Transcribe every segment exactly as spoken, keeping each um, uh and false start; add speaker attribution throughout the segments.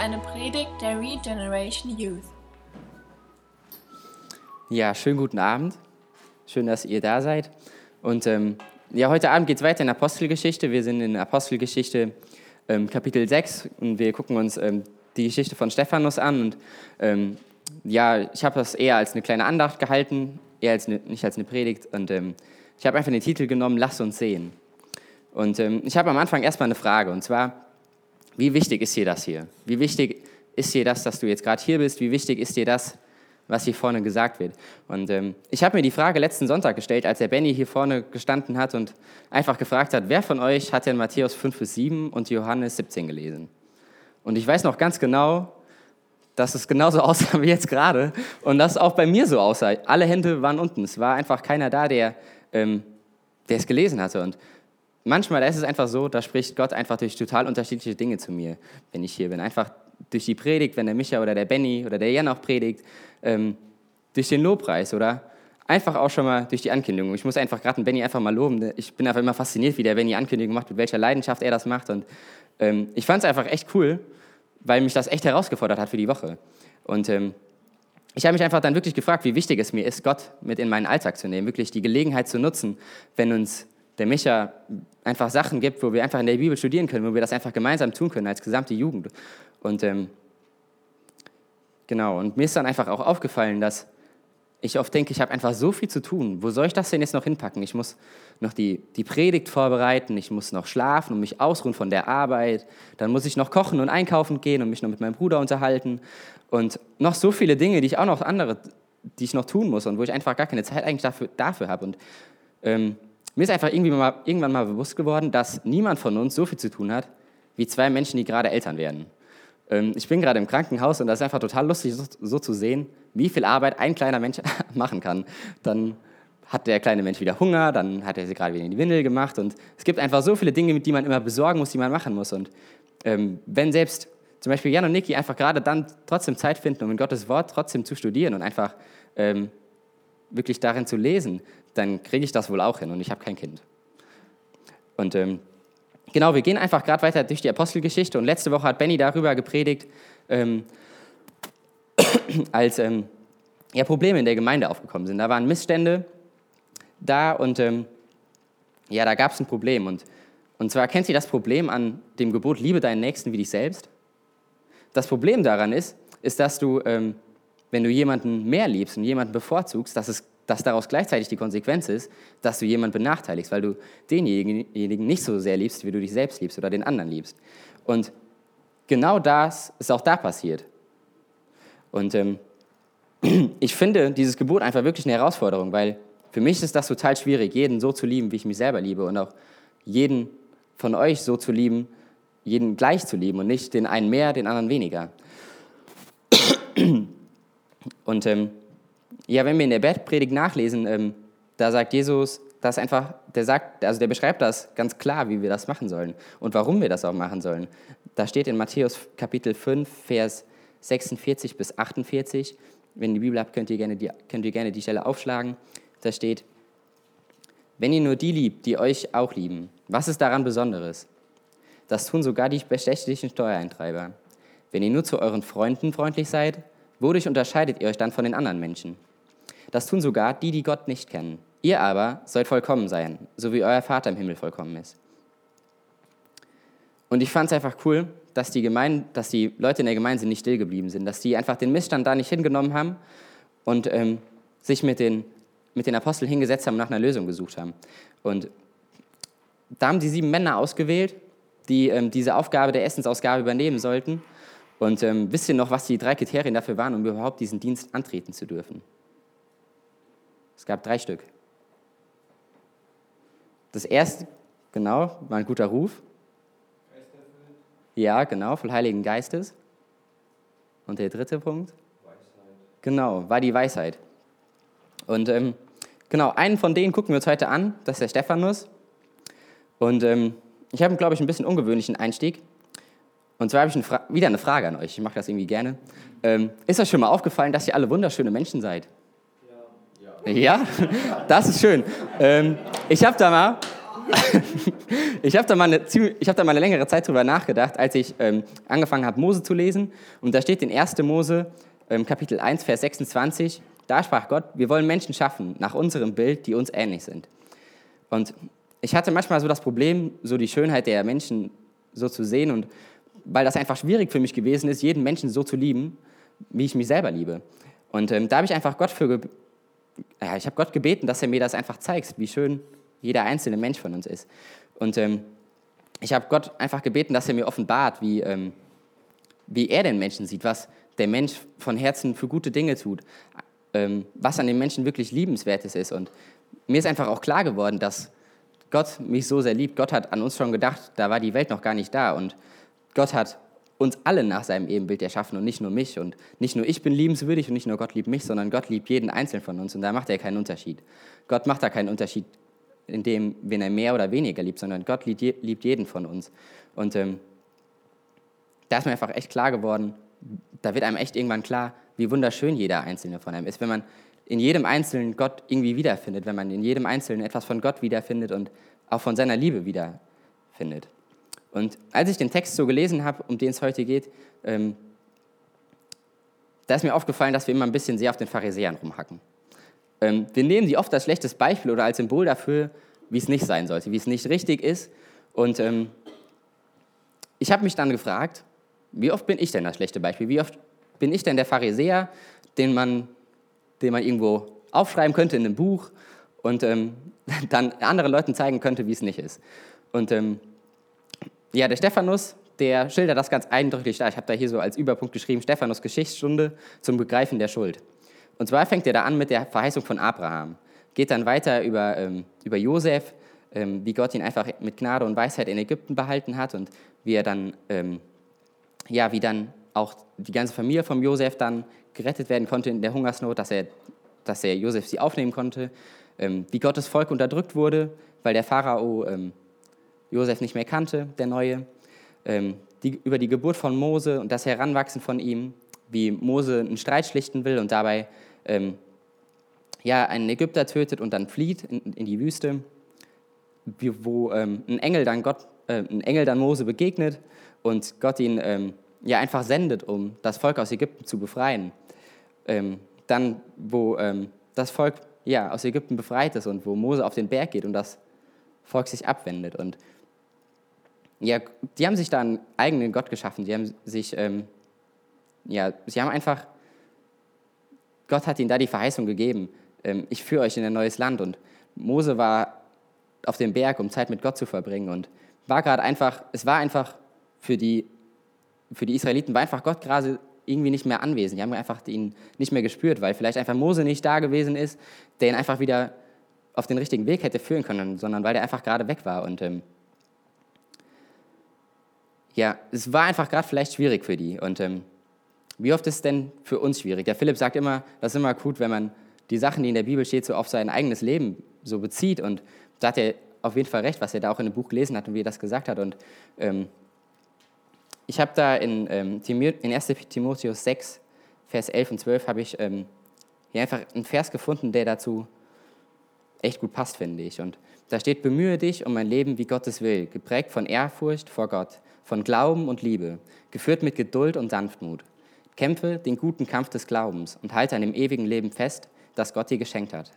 Speaker 1: eine Predigt der Regeneration Youth.
Speaker 2: Ja, schönen guten Abend. Schön, dass ihr da seid. Und ähm, ja, heute Abend geht es weiter in Apostelgeschichte. Wir sind in Apostelgeschichte ähm, Kapitel sechs und wir gucken uns ähm, die Geschichte von Stephanus an. Und ähm, ja, ich habe das eher als eine kleine Andacht gehalten, eher als eine, nicht als eine Predigt. Und ähm, ich habe einfach den Titel genommen, Lasst uns sehen. Und ähm, ich habe am Anfang erstmal eine Frage, und zwar, wie wichtig ist dir das hier? Wie wichtig ist dir das, dass du jetzt gerade hier bist? Wie wichtig ist dir das, was hier vorne gesagt wird? Und ähm, ich habe mir die Frage letzten Sonntag gestellt, als der Benny hier vorne gestanden hat und einfach gefragt hat, wer von euch hat denn Matthäus fünf bis sieben und Johannes siebzehn gelesen? Und ich weiß noch ganz genau, dass es genauso aussah wie jetzt gerade und dass es auch bei mir so aussah. Alle Hände waren unten. Es war einfach keiner da, der, ähm, der es gelesen hatte. Und manchmal ist es einfach so, da spricht Gott einfach durch total unterschiedliche Dinge zu mir, wenn ich hier bin. Einfach durch die Predigt, wenn der Micha oder der Benny oder der Jan auch predigt, ähm, durch den Lobpreis oder einfach auch schon mal durch die Ankündigung. Ich muss einfach gerade den Benny einfach mal loben. Ich bin einfach immer fasziniert, wie der Benny Ankündigung macht, mit welcher Leidenschaft er das macht. Und ähm, ich fand es einfach echt cool, weil mich das echt herausgefordert hat für die Woche. Und ähm, ich habe mich einfach dann wirklich gefragt, wie wichtig es mir ist, Gott mit in meinen Alltag zu nehmen, wirklich die Gelegenheit zu nutzen, wenn uns der Micha einfach Sachen gibt, wo wir einfach in der Bibel studieren können, wo wir das einfach gemeinsam tun können als gesamte Jugend. Und ähm, genau, und mir ist dann einfach auch aufgefallen, dass ich oft denke, ich habe einfach so viel zu tun. Wo soll ich das denn jetzt noch hinpacken? Ich muss noch die, die Predigt vorbereiten, ich muss noch schlafen und mich ausruhen von der Arbeit. Dann muss ich noch kochen und einkaufen gehen und mich noch mit meinem Bruder unterhalten. Und noch so viele Dinge, die ich auch noch andere, die ich noch tun muss und wo ich einfach gar keine Zeit eigentlich dafür, dafür habe. Und ähm, mir ist einfach irgendwie mal, irgendwann mal bewusst geworden, dass niemand von uns so viel zu tun hat, wie zwei Menschen, die gerade Eltern werden. Ähm, ich bin gerade im Krankenhaus und das ist einfach total lustig, so, so zu sehen, wie viel Arbeit ein kleiner Mensch machen kann. Dann hat der kleine Mensch wieder Hunger, dann hat er sie gerade wieder in die Windel gemacht und es gibt einfach so viele Dinge, die man immer besorgen muss, die man machen muss. Und ähm, wenn selbst zum Beispiel Jan und Niki einfach gerade dann trotzdem Zeit finden, um in Gottes Wort trotzdem zu studieren und einfach ähm, wirklich darin zu lesen, dann kriege ich das wohl auch hin und ich habe kein Kind. Und ähm, genau, wir gehen einfach gerade weiter durch die Apostelgeschichte und letzte Woche hat Benny darüber gepredigt, ähm, als ähm, ja, Probleme in der Gemeinde aufgekommen sind. Da waren Missstände da und ähm, ja, da gab es ein Problem. Und, und zwar kennt ihr das Problem an dem Gebot, liebe deinen Nächsten wie dich selbst? Das Problem daran ist, ist, dass du, ähm, wenn du jemanden mehr liebst und jemanden bevorzugst, dass es dass daraus gleichzeitig die Konsequenz ist, dass du jemanden benachteiligst, weil du denjenigen nicht so sehr liebst, wie du dich selbst liebst oder den anderen liebst. Und genau das ist auch da passiert. Und ähm, ich finde dieses Gebot einfach wirklich eine Herausforderung, weil für mich ist das total schwierig, jeden so zu lieben, wie ich mich selber liebe und auch jeden von euch so zu lieben, jeden gleich zu lieben und nicht den einen mehr, den anderen weniger. Und ähm, ja, wenn wir in der Bergpredigt nachlesen, ähm, da sagt Jesus, dass einfach, der sagt, also der beschreibt das ganz klar, wie wir das machen sollen und warum wir das auch machen sollen. Da steht in Matthäus Kapitel fünf, Vers sechsundvierzig bis achtundvierzig. Wenn ihr die Bibel habt, könnt ihr gerne die, könnt ihr gerne die Stelle aufschlagen. Da steht: Wenn ihr nur die liebt, die euch auch lieben, was ist daran Besonderes? Das tun sogar die bestechlichen Steuereintreiber. Wenn ihr nur zu euren Freunden freundlich seid, wodurch unterscheidet ihr euch dann von den anderen Menschen? Das tun sogar die, die Gott nicht kennen. Ihr aber sollt vollkommen sein, so wie euer Vater im Himmel vollkommen ist. Und ich fand es einfach cool, dass die, Gemeinde, dass die Leute in der Gemeinde nicht still geblieben sind, dass die einfach den Missstand da nicht hingenommen haben und ähm, sich mit den, mit den Aposteln hingesetzt haben und nach einer Lösung gesucht haben. Und da haben die sieben Männer ausgewählt, die ähm, diese Aufgabe der Essensausgabe übernehmen sollten. Und ähm, wisst ihr noch, was die drei Kriterien dafür waren, um überhaupt diesen Dienst antreten zu dürfen? Es gab drei Stück. Das erste, genau, war ein guter Ruf. Ja, genau, voll Heiligen Geistes. Und der dritte Punkt? Weisheit. Genau, war die Weisheit. Und ähm, genau, einen von denen gucken wir uns heute an, das ist der Stephanus. Und ähm, ich habe, glaube ich, ein bisschen ungewöhnlichen Einstieg. Und zwar habe ich eine Fra- wieder eine Frage an euch, ich mache das irgendwie gerne. Ähm, ist euch schon mal aufgefallen, dass ihr alle wunderschöne Menschen seid? Ja? Ja? Das ist schön. Ähm, ich habe da mal... Ich habe da, mal eine, ich hab da mal eine längere Zeit drüber nachgedacht, als ich ähm, angefangen habe, Mose zu lesen. Und da steht in erster Mose, ähm, Kapitel eins, Vers sechsundzwanzig, da sprach Gott, wir wollen Menschen schaffen, nach unserem Bild, die uns ähnlich sind. Und ich hatte manchmal so das Problem, so die Schönheit der Menschen so zu sehen. Und weil das einfach schwierig für mich gewesen ist, jeden Menschen so zu lieben, wie ich mich selber liebe. Und ähm, da habe ich einfach Gott für, ge- ja, ich habe Gott gebeten, dass er mir das einfach zeigt, wie schön jeder einzelne Mensch von uns ist. Und ähm, ich habe Gott einfach gebeten, dass er mir offenbart, wie, ähm, wie er den Menschen sieht, was der Mensch von Herzen für gute Dinge tut, ähm, was an den Menschen wirklich Liebenswertes ist. Und mir ist einfach auch klar geworden, dass Gott mich so sehr liebt. Gott hat an uns schon gedacht, da war die Welt noch gar nicht da. Und Gott hat uns alle nach seinem Ebenbild erschaffen und nicht nur mich. Und nicht nur ich bin liebenswürdig und nicht nur Gott liebt mich, sondern Gott liebt jeden Einzelnen von uns. Und da macht er keinen Unterschied. Gott macht da keinen Unterschied, in dem, wen er mehr oder weniger liebt, sondern Gott liebt, liebt jeden von uns. Und ähm, da ist mir einfach echt klar geworden, da wird einem echt irgendwann klar, wie wunderschön jeder Einzelne von einem ist, wenn man in jedem Einzelnen Gott irgendwie wiederfindet, wenn man in jedem Einzelnen etwas von Gott wiederfindet und auch von seiner Liebe wiederfindet. Und als ich den Text so gelesen habe, um den es heute geht, ähm, da ist mir aufgefallen, dass wir immer ein bisschen sehr auf den Pharisäern rumhacken. Ähm, wir nehmen die oft als schlechtes Beispiel oder als Symbol dafür, wie es nicht sein sollte, wie es nicht richtig ist. Und ähm, ich habe mich dann gefragt, wie oft bin ich denn das schlechte Beispiel? Wie oft bin ich denn der Pharisäer, den man, den man irgendwo aufschreiben könnte in einem Buch und ähm, dann anderen Leuten zeigen könnte, wie es nicht ist? Und ähm, ja, der Stephanus, der schildert das ganz eindrücklich da. Ich habe da hier so als Überpunkt geschrieben, Stephanus Geschichtsstunde zum Begreifen der Schuld. Und zwar fängt er da an mit der Verheißung von Abraham, geht dann weiter über, ähm, über Josef, ähm, wie Gott ihn einfach mit Gnade und Weisheit in Ägypten behalten hat und wie er dann, ähm, ja, wie dann auch die ganze Familie von Josef dann gerettet werden konnte in der Hungersnot, dass er, dass er Josef sie aufnehmen konnte, ähm, wie Gottes Volk unterdrückt wurde, weil der Pharao ähm, Josef nicht mehr kannte, der Neue, ähm, die, über die Geburt von Mose und das Heranwachsen von ihm, wie Mose einen Streit schlichten will und dabei ähm, ja, einen Ägypter tötet und dann flieht in, in die Wüste, wie, wo ähm, ein, Engel dann Gott, äh, ein Engel dann Mose begegnet und Gott ihn ähm, ja, einfach sendet, um das Volk aus Ägypten zu befreien. Ähm, dann, wo ähm, das Volk ja, aus Ägypten befreit ist und wo Mose auf den Berg geht und das Volk sich abwendet. Und ja, die haben sich da einen eigenen Gott geschaffen. Die haben sich ähm, Ja, sie haben einfach, Gott hat ihnen da die Verheißung gegeben, ähm, ich führe euch in ein neues Land. Und Mose war auf dem Berg, um Zeit mit Gott zu verbringen und war gerade einfach, es war einfach für die, für die Israeliten, war einfach Gott gerade irgendwie nicht mehr anwesend. Die haben einfach ihn nicht mehr gespürt, weil vielleicht einfach Mose nicht da gewesen ist, der ihn einfach wieder auf den richtigen Weg hätte führen können, sondern weil der einfach gerade weg war. Und ähm, ja, es war einfach gerade vielleicht schwierig für die. Und ähm, wie oft ist es denn für uns schwierig? Der Philipp sagt immer, das ist immer gut, wenn man die Sachen, die in der Bibel steht, so auf sein eigenes Leben so bezieht. Und da hat er auf jeden Fall recht, was er da auch in dem Buch gelesen hat und wie er das gesagt hat. Und ähm, ich habe da in, ähm, in erster Timotheus sechs, Vers elf und zwölf, habe ich ähm, hier einfach einen Vers gefunden, der dazu echt gut passt, finde ich. Und da steht, bemühe dich um ein Leben, wie Gottes will, geprägt von Ehrfurcht vor Gott, von Glauben und Liebe, geführt mit Geduld und Sanftmut. Kämpfe den guten Kampf des Glaubens und halte an dem ewigen Leben fest, das Gott dir geschenkt hat.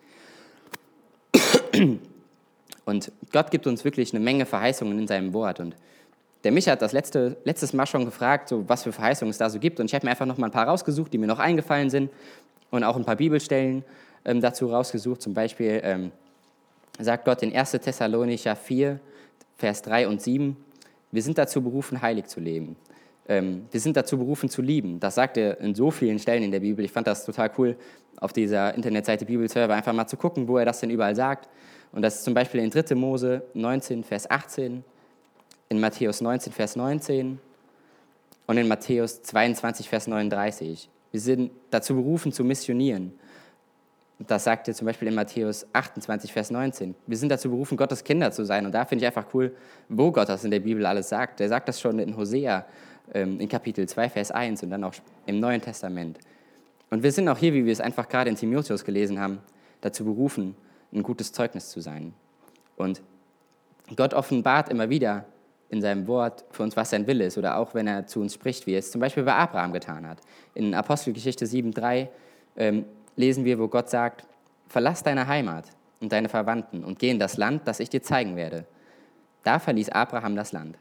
Speaker 2: Und Gott gibt uns wirklich eine Menge Verheißungen in seinem Wort. Und der Micha hat das letzte, letztes Mal schon gefragt, so, was für Verheißungen es da so gibt. Und ich habe mir einfach noch mal ein paar rausgesucht, die mir noch eingefallen sind. Und auch ein paar Bibelstellen ähm, dazu rausgesucht. Zum Beispiel ähm, sagt Gott in erster Thessalonicher vier, Vers drei und sieben, wir sind dazu berufen, heilig zu leben. Ähm, wir sind dazu berufen, zu lieben. Das sagt er in so vielen Stellen in der Bibel. Ich fand das total cool, auf dieser Internetseite Bibelserver einfach mal zu gucken, wo er das denn überall sagt. Und das ist zum Beispiel in dritter Mose neunzehn, Vers achtzehn, in Matthäus neunzehn, Vers neunzehn und in Matthäus zweiundzwanzig, Vers neununddreißig. Wir sind dazu berufen, zu missionieren. Das sagt er zum Beispiel in Matthäus achtundzwanzig, Vers neunzehn. Wir sind dazu berufen, Gottes Kinder zu sein. Und da finde ich einfach cool, wo Gott das in der Bibel alles sagt. Er sagt das schon in Hosea, ähm, in Kapitel zwei, Vers eins und dann auch im Neuen Testament. Und wir sind auch hier, wie wir es einfach gerade in Timotheus gelesen haben, dazu berufen, ein gutes Zeugnis zu sein. Und Gott offenbart immer wieder in seinem Wort für uns, was sein Wille ist, oder auch wenn er zu uns spricht, wie er es zum Beispiel bei Abraham getan hat. In Apostelgeschichte sieben drei ähm, lesen wir, wo Gott sagt, verlass deine Heimat und deine Verwandten und geh in das Land, das ich dir zeigen werde. Da verließ Abraham das Land.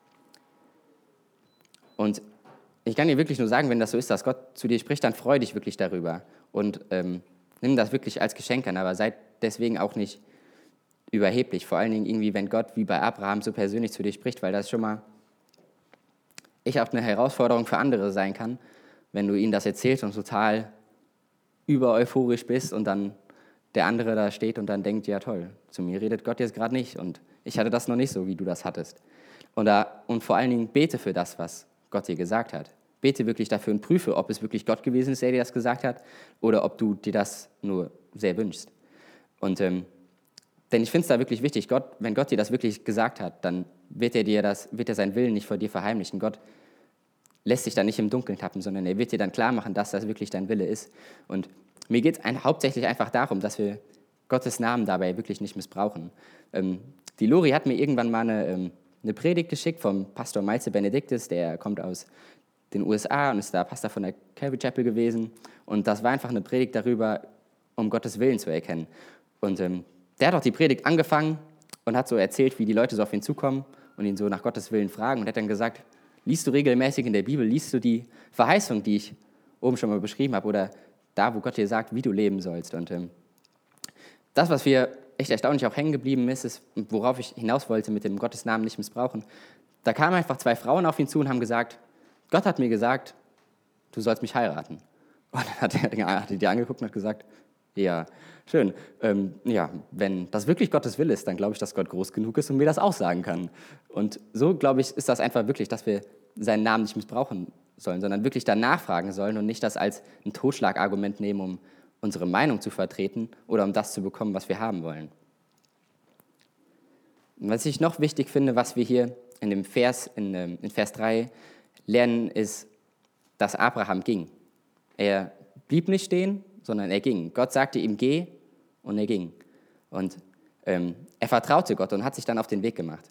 Speaker 2: Und ich kann dir wirklich nur sagen, wenn das so ist, dass Gott zu dir spricht, dann freu dich wirklich darüber und ähm, nimm das wirklich als Geschenk an, aber seid deswegen auch nicht überheblich. Vor allen Dingen irgendwie, wenn Gott wie bei Abraham so persönlich zu dir spricht, weil das schon mal echt auch eine Herausforderung für andere sein kann, wenn du ihnen das erzählst und total über euphorisch bist und dann der andere da steht und dann denkt, ja toll, zu mir redet Gott jetzt gerade nicht und ich hatte das noch nicht so, wie du das hattest. Und, da, und vor allen Dingen bete für das, was Gott dir gesagt hat. Bete wirklich dafür und prüfe, ob es wirklich Gott gewesen ist, der dir das gesagt hat, oder ob du dir das nur sehr wünschst. Und, ähm, denn ich finde es da wirklich wichtig, Gott, wenn Gott dir das wirklich gesagt hat, dann wird er dir das, wird er seinen Willen nicht vor dir verheimlichen. Gott lässt sich da nicht im Dunkeln tappen, sondern er wird dir dann klar machen, dass das wirklich dein Wille ist. Und mir geht es ein, hauptsächlich einfach darum, dass wir Gottes Namen dabei wirklich nicht missbrauchen. Ähm, die Lori hat mir irgendwann mal eine, ähm, eine Predigt geschickt vom Pastor Malte Benediktis, der kommt aus den U S A und ist da Pastor von der Calvary Chapel gewesen. Und das war einfach eine Predigt darüber, um Gottes Willen zu erkennen. Und ähm, der hat auch die Predigt angefangen und hat so erzählt, wie die Leute so auf ihn zukommen und ihn so nach Gottes Willen fragen. Und hat dann gesagt, liest du regelmäßig in der Bibel, liest du die Verheißung, die ich oben schon mal beschrieben habe, oder da, wo Gott dir sagt, wie du leben sollst. Und ähm, das, was wir echt erstaunlich auch hängen geblieben ist, ist, worauf ich hinaus wollte mit dem Gottes Namen nicht missbrauchen, da kamen einfach zwei Frauen auf ihn zu und haben gesagt, Gott hat mir gesagt, du sollst mich heiraten. Und dann hat er, hat er die angeguckt und hat gesagt, ja, schön. Ähm, ja, wenn das wirklich Gottes Wille ist, dann glaube ich, dass Gott groß genug ist und mir das auch sagen kann. Und so, glaube ich, ist das einfach wirklich, dass wir seinen Namen nicht missbrauchen sollen, sondern wirklich danach fragen sollen und nicht das als ein Totschlagargument nehmen, um unsere Meinung zu vertreten oder um das zu bekommen, was wir haben wollen. Und was ich noch wichtig finde, was wir hier in dem Vers, in, in Vers drei lernen, ist, dass Abraham ging. Er blieb nicht stehen, sondern er ging. Gott sagte ihm, geh, und er ging. Und ähm, er vertraute Gott und hat sich dann auf den Weg gemacht.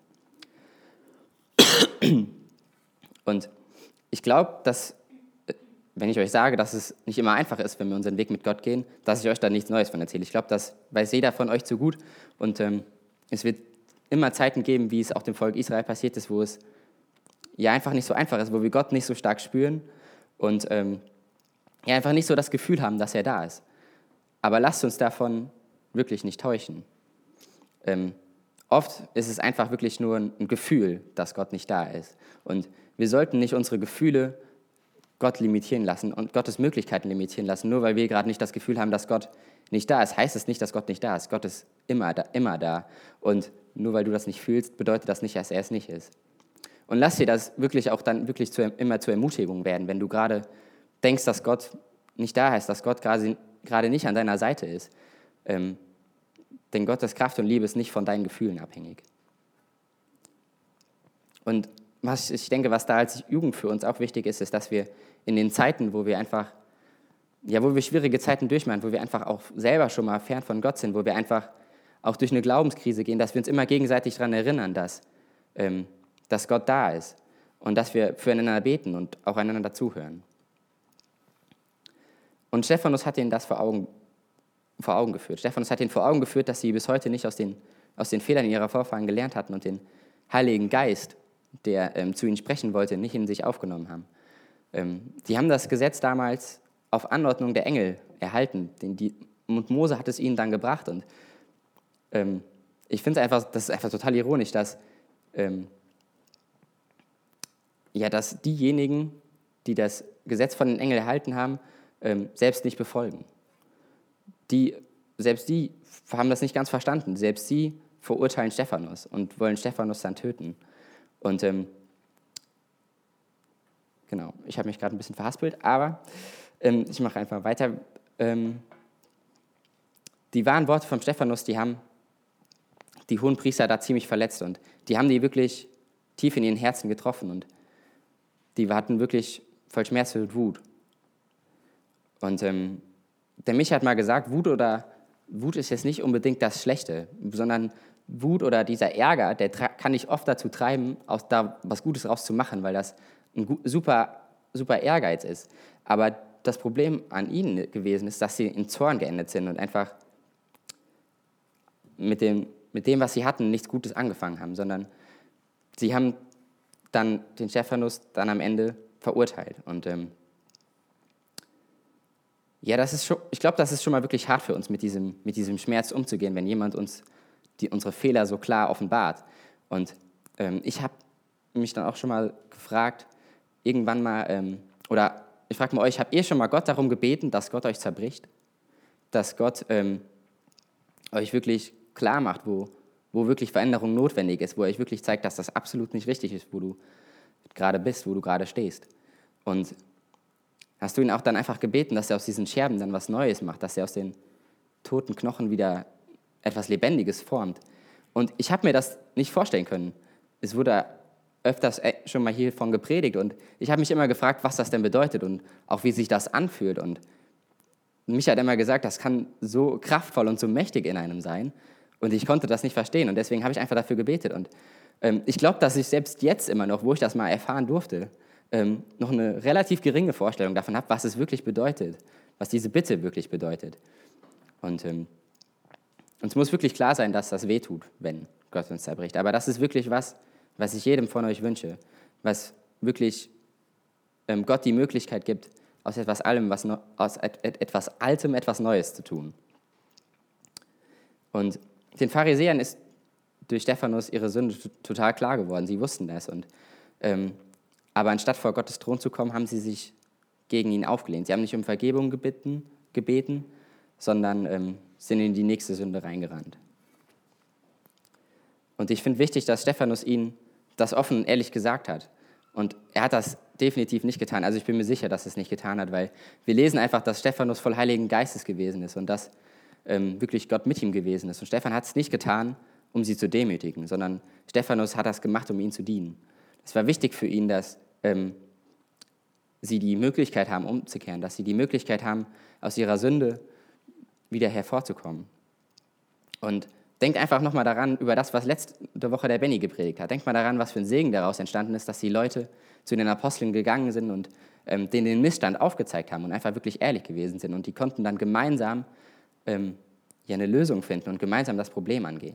Speaker 2: Und ich glaube, dass, wenn ich euch sage, dass es nicht immer einfach ist, wenn wir unseren Weg mit Gott gehen, dass ich euch da nichts Neues von erzähle. Ich glaube, das weiß jeder von euch zu gut. Und ähm, es wird immer Zeiten geben, wie es auch dem Volk Israel passiert ist, wo es ja einfach nicht so einfach ist, wo wir Gott nicht so stark spüren und ähm, ja, einfach nicht so das Gefühl haben, dass er da ist. Aber lasst uns davon wirklich nicht täuschen. Ähm, oft ist es einfach wirklich nur ein, ein Gefühl, dass Gott nicht da ist. Und wir sollten nicht unsere Gefühle Gott limitieren lassen und Gottes Möglichkeiten limitieren lassen. Nur weil wir gerade nicht das Gefühl haben, dass Gott nicht da ist, heißt es nicht, dass Gott nicht da ist. Gott ist immer da, immer da. Und nur weil du das nicht fühlst, bedeutet das nicht, dass er es nicht ist. Und lass dir das wirklich auch dann wirklich zu, immer zur Ermutigung werden, wenn du gerade denkst, dass Gott nicht da ist, dass Gott gerade, gerade nicht an deiner Seite ist. Ähm, denn Gottes Kraft und Liebe ist nicht von deinen Gefühlen abhängig. Und was ich denke, was da als Jugend für uns auch wichtig ist, ist, dass wir in den Zeiten, wo wir einfach, ja, wo wir schwierige Zeiten durchmachen, wo wir einfach auch selber schon mal fern von Gott sind, wo wir einfach auch durch eine Glaubenskrise gehen, dass wir uns immer gegenseitig daran erinnern, dass, ähm, dass Gott da ist und dass wir füreinander beten und auch einander zuhören. Und Stephanus hat ihnen das vor Augen, vor Augen geführt. Stephanus hat ihnen vor Augen geführt, dass sie bis heute nicht aus den, aus den Fehlern ihrer Vorfahren gelernt hatten und den Heiligen Geist, der ähm, zu ihnen sprechen wollte, nicht in sich aufgenommen haben. Ähm, die haben das Gesetz damals auf Anordnung der Engel erhalten, den die, und Mose hat es ihnen dann gebracht. Und ähm, ich finde es einfach, das ist einfach total ironisch, dass, ähm, ja, dass diejenigen, die das Gesetz von den Engeln erhalten haben, ähm, selbst nicht befolgen. Die, selbst die haben das nicht ganz verstanden. Selbst sie verurteilen Stephanus und wollen Stephanus dann töten. Und ähm, genau, ich habe mich gerade ein bisschen verhaspelt, aber ähm, ich mache einfach weiter. Ähm, die wahren Worte von Stephanus, die haben die hohen Priester da ziemlich verletzt und die haben die wirklich tief in ihren Herzen getroffen und die hatten wirklich voll Schmerz und Wut. Und ähm, der Micha hat mal gesagt, Wut oder Wut ist jetzt nicht unbedingt das Schlechte, sondern Wut oder dieser Ärger, der tra- kann dich oft dazu treiben, aus da was Gutes rauszumachen, weil das ein gu- super, super Ehrgeiz ist. Aber das Problem an ihnen gewesen ist, dass sie in Zorn geendet sind und einfach mit dem, mit dem, was sie hatten, nichts Gutes angefangen haben, sondern sie haben dann den Stephanus dann am Ende verurteilt. Und ähm, ja, das ist schon, ich glaube, das ist schon mal wirklich hart für uns, mit diesem, mit diesem Schmerz umzugehen, wenn jemand uns die, unsere Fehler so klar offenbart. Und ähm, ich habe mich dann auch schon mal gefragt, irgendwann mal, ähm, oder ich frage mal euch, habt ihr schon mal Gott darum gebeten, dass Gott euch zerbricht? Dass Gott ähm, euch wirklich klar macht, wo, wo wirklich Veränderung notwendig ist, wo er euch wirklich zeigt, dass das absolut nicht richtig ist, wo du gerade bist, wo du gerade stehst. Und hast du ihn auch dann einfach gebeten, dass er aus diesen Scherben dann was Neues macht, dass er aus den toten Knochen wieder etwas Lebendiges formt. Und ich habe mir das nicht vorstellen können. Es wurde öfters schon mal hiervon gepredigt und ich habe mich immer gefragt, was das denn bedeutet und auch wie sich das anfühlt. Und mich hat immer gesagt, das kann so kraftvoll und so mächtig in einem sein. Und ich konnte das nicht verstehen und deswegen habe ich einfach dafür gebetet. Und ähm, ich glaube, dass ich selbst jetzt immer noch, wo ich das mal erfahren durfte, ähm, noch eine relativ geringe Vorstellung davon habe, was es wirklich bedeutet, was diese Bitte wirklich bedeutet. Und ähm, uns muss wirklich klar sein, dass das wehtut, wenn Gott uns zerbricht. Aber das ist wirklich was, was ich jedem von euch wünsche, was wirklich ähm, Gott die Möglichkeit gibt, aus etwas Allem, was no, aus et, et, etwas Altem etwas Neues zu tun. Und den Pharisäern ist durch Stephanus ihre Sünde t- total klar geworden. Sie wussten das. Und, ähm, aber anstatt vor Gottes Thron zu kommen, haben sie sich gegen ihn aufgelehnt. Sie haben nicht um Vergebung gebeten, gebeten sondern ähm, sind in die nächste Sünde reingerannt. Und ich finde wichtig, dass Stephanus ihnen das offen und ehrlich gesagt hat. Und er hat das definitiv nicht getan. Also ich bin mir sicher, dass er es nicht getan hat, weil wir lesen einfach, dass Stephanus voll Heiligen Geistes gewesen ist und dass ähm, wirklich Gott mit ihm gewesen ist. Und Stephan hat es nicht getan, um sie zu demütigen, sondern Stephanus hat das gemacht, um ihnen zu dienen. Es war wichtig für ihn, dass ähm, sie die Möglichkeit haben, umzukehren, dass sie die Möglichkeit haben, aus ihrer Sünde wieder hervorzukommen. Und denkt einfach nochmal daran, über das, was letzte Woche der Benny gepredigt hat. Denkt mal daran, was für ein Segen daraus entstanden ist, dass die Leute zu den Aposteln gegangen sind und ähm, denen den Missstand aufgezeigt haben und einfach wirklich ehrlich gewesen sind. Und die konnten dann gemeinsam ähm, ja, eine Lösung finden und gemeinsam das Problem angehen.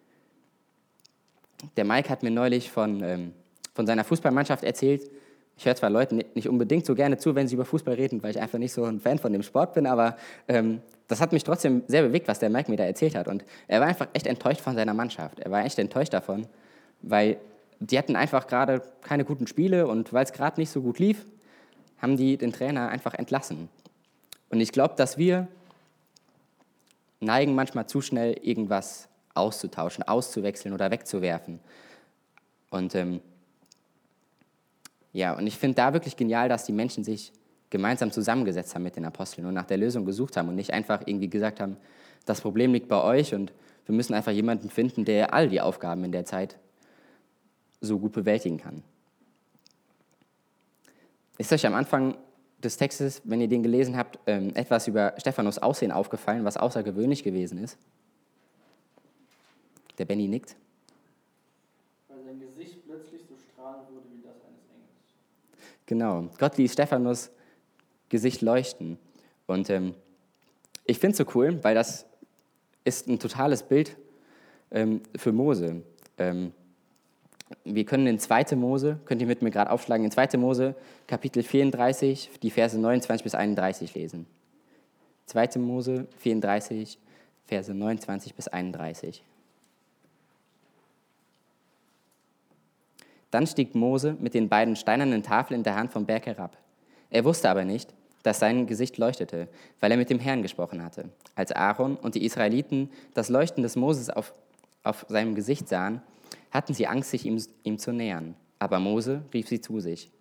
Speaker 2: Der Mike hat mir neulich von, ähm, von seiner Fußballmannschaft erzählt. Ich höre zwar Leuten nicht unbedingt so gerne zu, wenn sie über Fußball reden, weil ich einfach nicht so ein Fan von dem Sport bin, aber ähm, das hat mich trotzdem sehr bewegt, was der Mike mir da erzählt hat. Und er war einfach echt enttäuscht von seiner Mannschaft. Er war echt enttäuscht davon, weil die hatten einfach gerade keine guten Spiele und weil es gerade nicht so gut lief, haben die den Trainer einfach entlassen. Und ich glaube, dass wir neigen manchmal zu schnell, irgendwas auszutauschen, auszuwechseln oder wegzuwerfen. Und ähm, ja, und ich finde da wirklich genial, dass die Menschen sich gemeinsam zusammengesetzt haben mit den Aposteln und nach der Lösung gesucht haben und nicht einfach irgendwie gesagt haben, das Problem liegt bei euch und wir müssen einfach jemanden finden, der all die Aufgaben in der Zeit so gut bewältigen kann. Ist euch am Anfang des Textes, wenn ihr den gelesen habt, etwas über Stephanus Aussehen aufgefallen, was außergewöhnlich gewesen ist? Der Benny nickt.
Speaker 3: Weil sein Gesicht plötzlich so strahlend wurde wie das eines Engels.
Speaker 2: Genau, Gott ließ Stephanus Gesicht leuchten. Und ähm, ich finde es so cool, weil das ist ein totales Bild ähm, für Mose. Ähm, wir können in zweite Mose, könnt ihr mit mir gerade aufschlagen, in zweite Mose, Kapitel vierunddreißig, die Verse neunundzwanzig bis einunddreißig lesen. zweite Mose vierunddreißig, Verse neunundzwanzig bis einunddreißig. Dann stieg Mose mit den beiden steinernen Tafeln in der Hand vom Berg herab. Er wusste aber nicht, dass sein Gesicht leuchtete, weil er mit dem Herrn gesprochen hatte. Als Aaron und die Israeliten das Leuchten des Moses auf, auf seinem Gesicht sahen, hatten sie Angst, sich ihm, ihm zu nähern. Aber Mose rief sie zu sich.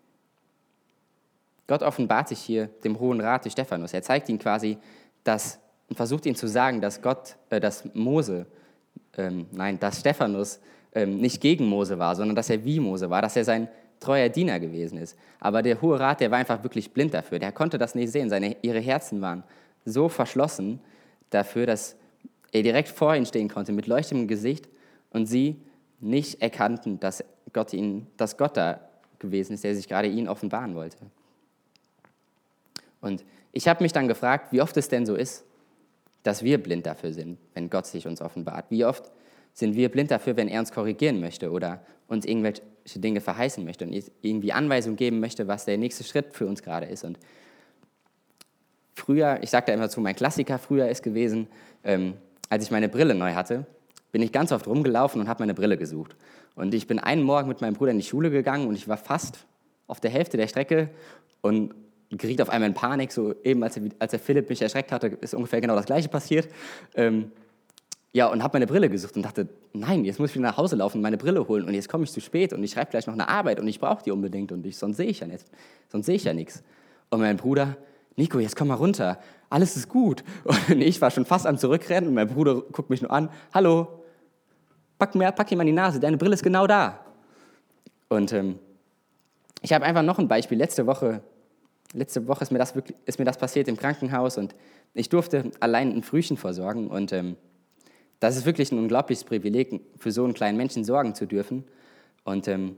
Speaker 2: Gott offenbart sich hier dem Hohen Rat durch Stephanus. Er zeigt ihm quasi, dass, und versucht ihm zu sagen, dass Gott, äh, dass Mose, ähm, nein, dass Stephanus ähm, nicht gegen Mose war, sondern dass er wie Mose war, dass er sein treuer Diener gewesen ist. Aber der Hohe Rat, der war einfach wirklich blind dafür. Der konnte das nicht sehen. Seine, ihre Herzen waren so verschlossen dafür, dass er direkt vor ihnen stehen konnte mit leuchtendem Gesicht und sie nicht erkannten, dass Gott, ihnen, dass Gott da gewesen ist, der sich gerade ihnen offenbaren wollte. Und ich habe mich dann gefragt, wie oft es denn so ist, dass wir blind dafür sind, wenn Gott sich uns offenbart. Wie oft sind wir blind dafür, wenn er uns korrigieren möchte oder uns irgendwelche Dinge verheißen möchte und irgendwie Anweisungen geben möchte, was der nächste Schritt für uns gerade ist. Und früher, ich sage da immer zu, mein Klassiker früher ist gewesen, ähm, als ich meine Brille neu hatte, bin ich ganz oft rumgelaufen und habe meine Brille gesucht. Und ich bin einen Morgen mit meinem Bruder in die Schule gegangen und ich war fast auf der Hälfte der Strecke und geriet auf einmal in Panik, so eben als, er, als der Philipp mich erschreckt hatte, ist ungefähr genau das Gleiche passiert. Ähm, ja, und habe meine Brille gesucht und dachte, nein, jetzt muss ich wieder nach Hause laufen und meine Brille holen und jetzt komme ich zu spät und ich schreibe gleich noch eine Arbeit und ich brauche die unbedingt und ich, sonst sehe ich ja nichts. Sonst sehe ich ja nichts. Und mein Bruder, Nico, jetzt komm mal runter, alles ist gut. Und ich war schon fast am Zurückrennen und mein Bruder guckt mich nur an, hallo, pack, mir, pack ihm an die Nase, deine Brille ist genau da. Und ähm, ich habe einfach noch ein Beispiel. Letzte Woche, letzte Woche ist mir, das wirklich, ist mir das passiert im Krankenhaus und ich durfte allein ein Frühchen versorgen und ähm, das ist wirklich ein unglaubliches Privileg, für so einen kleinen Menschen sorgen zu dürfen. Und ähm,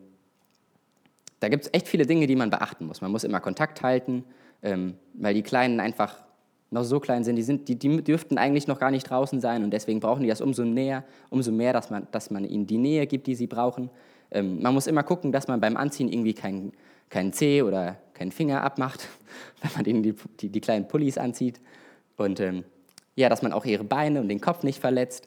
Speaker 2: da gibt es echt viele Dinge, die man beachten muss. Man muss immer Kontakt halten, ähm, weil die Kleinen einfach noch so klein sind. Die, sind die, die dürften eigentlich noch gar nicht draußen sein und deswegen brauchen die das umso näher, umso mehr, dass man, dass man ihnen die Nähe gibt, die sie brauchen. Ähm, man muss immer gucken, dass man beim Anziehen irgendwie keinen kein Zeh oder keinen Finger abmacht, wenn man ihnen die, die, die kleinen Pullis anzieht. Und ähm, ja, dass man auch ihre Beine und den Kopf nicht verletzt.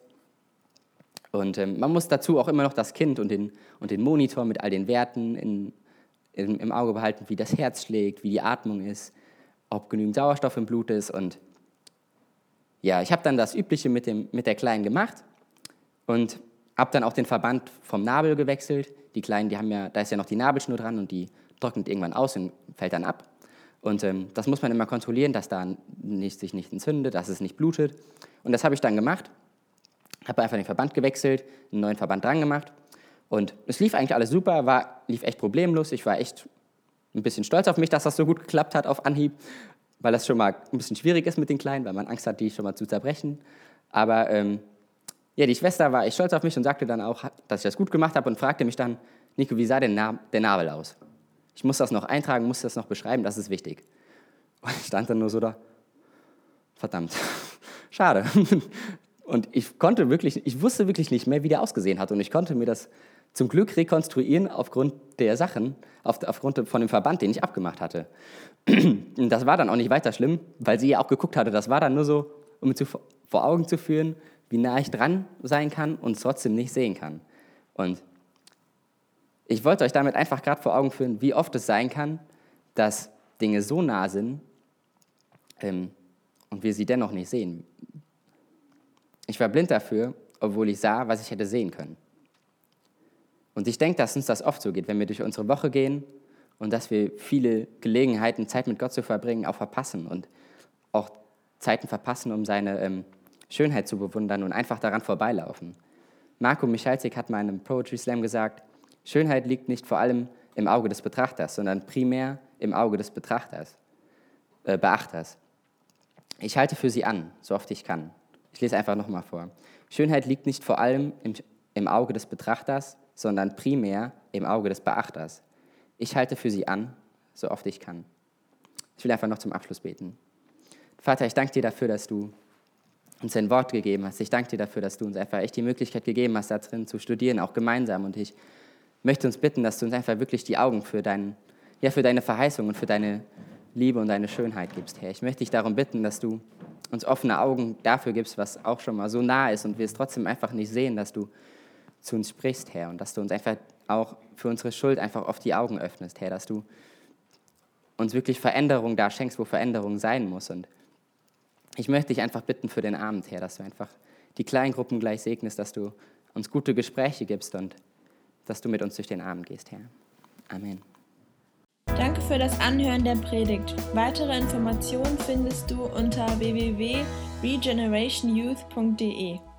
Speaker 2: Und ähm, man muss dazu auch immer noch das Kind und den, und den Monitor mit all den Werten in, in, im Auge behalten, wie das Herz schlägt, wie die Atmung ist, ob genügend Sauerstoff im Blut ist. Und ja, ich habe dann das Übliche mit, dem, mit der Kleinen gemacht und habe dann auch den Verband vom Nabel gewechselt. Die Kleinen, die haben ja, da ist ja noch die Nabelschnur dran und die trocknet irgendwann aus und fällt dann ab. Und ähm, das muss man immer kontrollieren, dass da nicht, sich nicht entzündet, dass es nicht blutet. Und das habe ich dann gemacht. Habe einfach den Verband gewechselt, einen neuen Verband dran gemacht. Und es lief eigentlich alles super, war, lief echt problemlos. Ich war echt ein bisschen stolz auf mich, dass das so gut geklappt hat auf Anhieb, weil das schon mal ein bisschen schwierig ist mit den Kleinen, weil man Angst hat, die schon mal zu zerbrechen. Aber ähm, ja, die Schwester war echt stolz auf mich und sagte dann auch, dass ich das gut gemacht habe und fragte mich dann, Nico, wie sah denn Na- der Nabel aus? Ich muss das noch eintragen, muss das noch beschreiben, das ist wichtig. Und ich stand dann nur so da, verdammt, schade. Und ich konnte wirklich, ich wusste wirklich nicht mehr, wie der ausgesehen hat. Und ich konnte mir das zum Glück rekonstruieren aufgrund der Sachen, auf, aufgrund von dem Verband, den ich abgemacht hatte. Und das war dann auch nicht weiter schlimm, weil sie ja auch geguckt hatte. Das war dann nur so, um mir zu, vor Augen zu führen, wie nah ich dran sein kann und es trotzdem nicht sehen kann. Und ich wollte euch damit einfach gerade vor Augen führen, wie oft es sein kann, dass Dinge so nah sind ähm, und wir sie dennoch nicht sehen. Ich war blind dafür, obwohl ich sah, was ich hätte sehen können. Und ich denke, dass uns das oft so geht, wenn wir durch unsere Woche gehen und dass wir viele Gelegenheiten, Zeit mit Gott zu verbringen, auch verpassen und auch Zeiten verpassen, um seine ähm, Schönheit zu bewundern und einfach daran vorbeilaufen. Marco Michalczyk hat mal in einem Poetry Slam gesagt, Schönheit liegt nicht vor allem im Auge des Betrachters, sondern primär im Auge des Betrachters, äh, Beachters. Ich halte für sie an, so oft ich kann. Ich lese einfach nochmal vor. Schönheit liegt nicht vor allem im, im Auge des Betrachters, sondern primär im Auge des Beachters. Ich halte für sie an, so oft ich kann. Ich will einfach noch zum Abschluss beten. Vater, ich danke dir dafür, dass du uns ein Wort gegeben hast. Ich danke dir dafür, dass du uns einfach echt die Möglichkeit gegeben hast, da drin zu studieren, auch gemeinsam. Und ich möchte uns bitten, dass du uns einfach wirklich die Augen für, dein, ja, für deine Verheißung und für deine Liebe und deine Schönheit gibst, Herr. Ich möchte dich darum bitten, dass du uns offene Augen dafür gibst, was auch schon mal so nah ist und wir es trotzdem einfach nicht sehen, dass du zu uns sprichst, Herr, und dass du uns einfach auch für unsere Schuld einfach oft die Augen öffnest, Herr, dass du uns wirklich Veränderung da schenkst, wo Veränderung sein muss. Und ich möchte dich einfach bitten für den Abend, Herr, dass du einfach die Kleingruppen gleich segnest, dass du uns gute Gespräche gibst und dass du mit uns durch den Abend gehst, Herr. Amen.
Speaker 1: Danke für das Anhören der Predigt. Weitere Informationen findest du unter w w w punkt regeneration youth punkt d e.